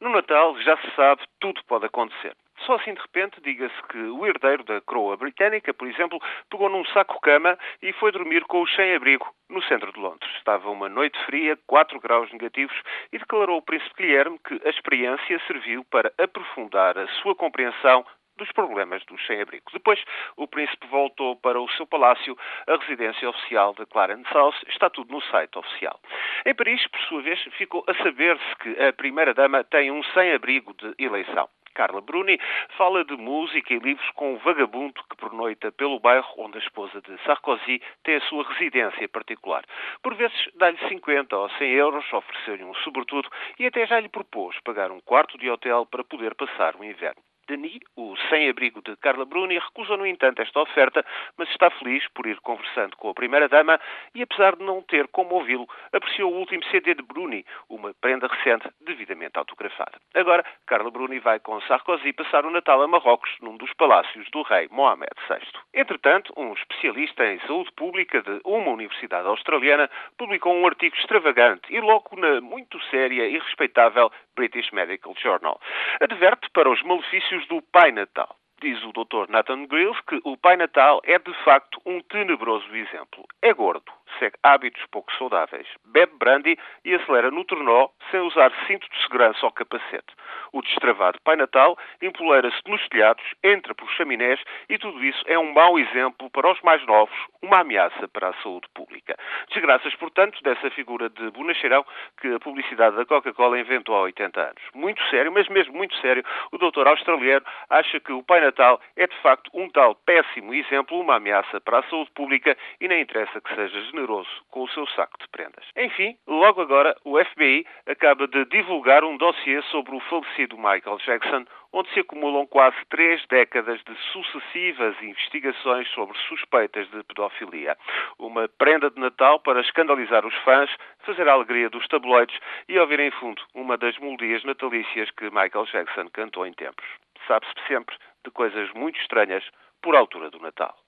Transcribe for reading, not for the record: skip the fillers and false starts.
No Natal, já se sabe, tudo pode acontecer. Só assim de repente, diga-se que o herdeiro da coroa britânica, por exemplo, pegou num saco-cama e foi dormir com o sem-abrigo no centro de Londres. Estava uma noite fria, 4 graus negativos, e declarou o príncipe Guilherme que a experiência serviu para aprofundar a sua compreensão dos problemas dos sem-abrigo. Depois, o príncipe voltou para o seu palácio, a residência oficial de Clarence House. Está tudo no site oficial. Em Paris, por sua vez, ficou a saber-se que a primeira-dama tem um sem-abrigo de eleição. Carla Bruni fala de música e livros com um vagabundo que pernoita pelo bairro onde a esposa de Sarkozy tem a sua residência particular. Por vezes dá-lhe 50 ou 100 euros, ofereceu-lhe um sobretudo e até já lhe propôs pagar um quarto de hotel para poder passar o inverno. Denis, o sem-abrigo de Carla Bruni, recusa, no entanto, esta oferta, mas está feliz por ir conversando com a primeira-dama e, apesar de não ter como ouvi-lo, apreciou o último CD de Bruni, uma prenda recente devidamente autografada. Agora, Carla Bruni vai com Sarkozy passar o Natal a Marrocos, num dos palácios do rei Mohamed VI. Entretanto, um especialista em saúde pública de uma universidade australiana publicou um artigo extravagante e logo na muito séria e respeitável British Medical Journal. Adverte para os malefícios do Pai Natal. Diz o Dr. Nathan Grills que o Pai Natal é, de facto, um tenebroso exemplo. É gordo, segue hábitos pouco saudáveis, bebe brandy e acelera no tornó sem usar cinto de segurança ou capacete. O destravado Pai Natal empoleira-se nos telhados, entra por chaminés e tudo isso é um mau exemplo para os mais novos, uma ameaça para a saúde pública. Desgraças, portanto, dessa figura de bonacheirão que a publicidade da Coca-Cola inventou há 80 anos. Muito sério, mas mesmo muito sério, o doutor australiano acha que o Pai Natal é, de facto, um tal péssimo exemplo, uma ameaça para a saúde pública e nem interessa que seja generoso com o seu saco de prendas. Enfim, logo agora, o FBI acaba de divulgar um dossiê sobre o falecido Michael Jackson, onde se acumulam quase 3 décadas de sucessivas investigações sobre suspeitas de pedofilia. Uma prenda de Natal para escandalizar os fãs, fazer a alegria dos tabloides e ouvir em fundo uma das melodias natalícias que Michael Jackson cantou em tempos. Sabe-se sempre de coisas muito estranhas por altura do Natal.